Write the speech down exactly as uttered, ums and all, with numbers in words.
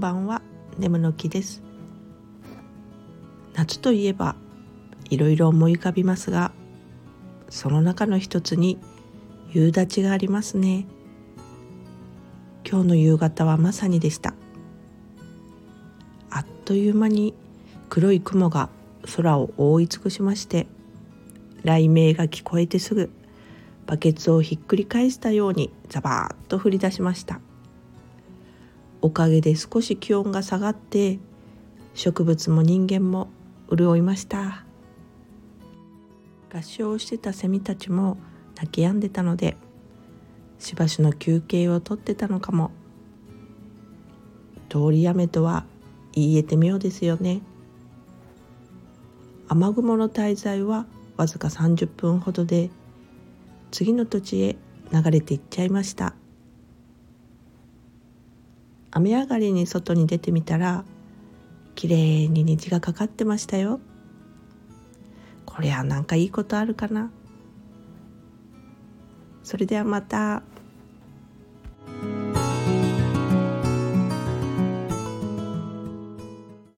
ばんは、ネムの木です。夏といえばいろいろ思い浮かびますが、その中の一つに夕立がありますね。今日の夕方はまさにでした。あっという間に黒い雲が空を覆い尽くしまして、雷鳴が聞こえてすぐバケツをひっくり返したようにザバーッと降り出しました。おかげで少し気温が下がって、植物も人間も潤いました。合唱をしてたセミたちも泣き止んでたので、しばしの休憩をとってたのかも。通り雨とは言えて妙ですよね。雨雲の滞在はわずかさんじゅっぷんほどで、次の土地へ流れていっちゃいました。雨上がりに外に出てみたら、きれいに虹がかかってましたよ。こりゃなんかいいことあるかな。それではまた。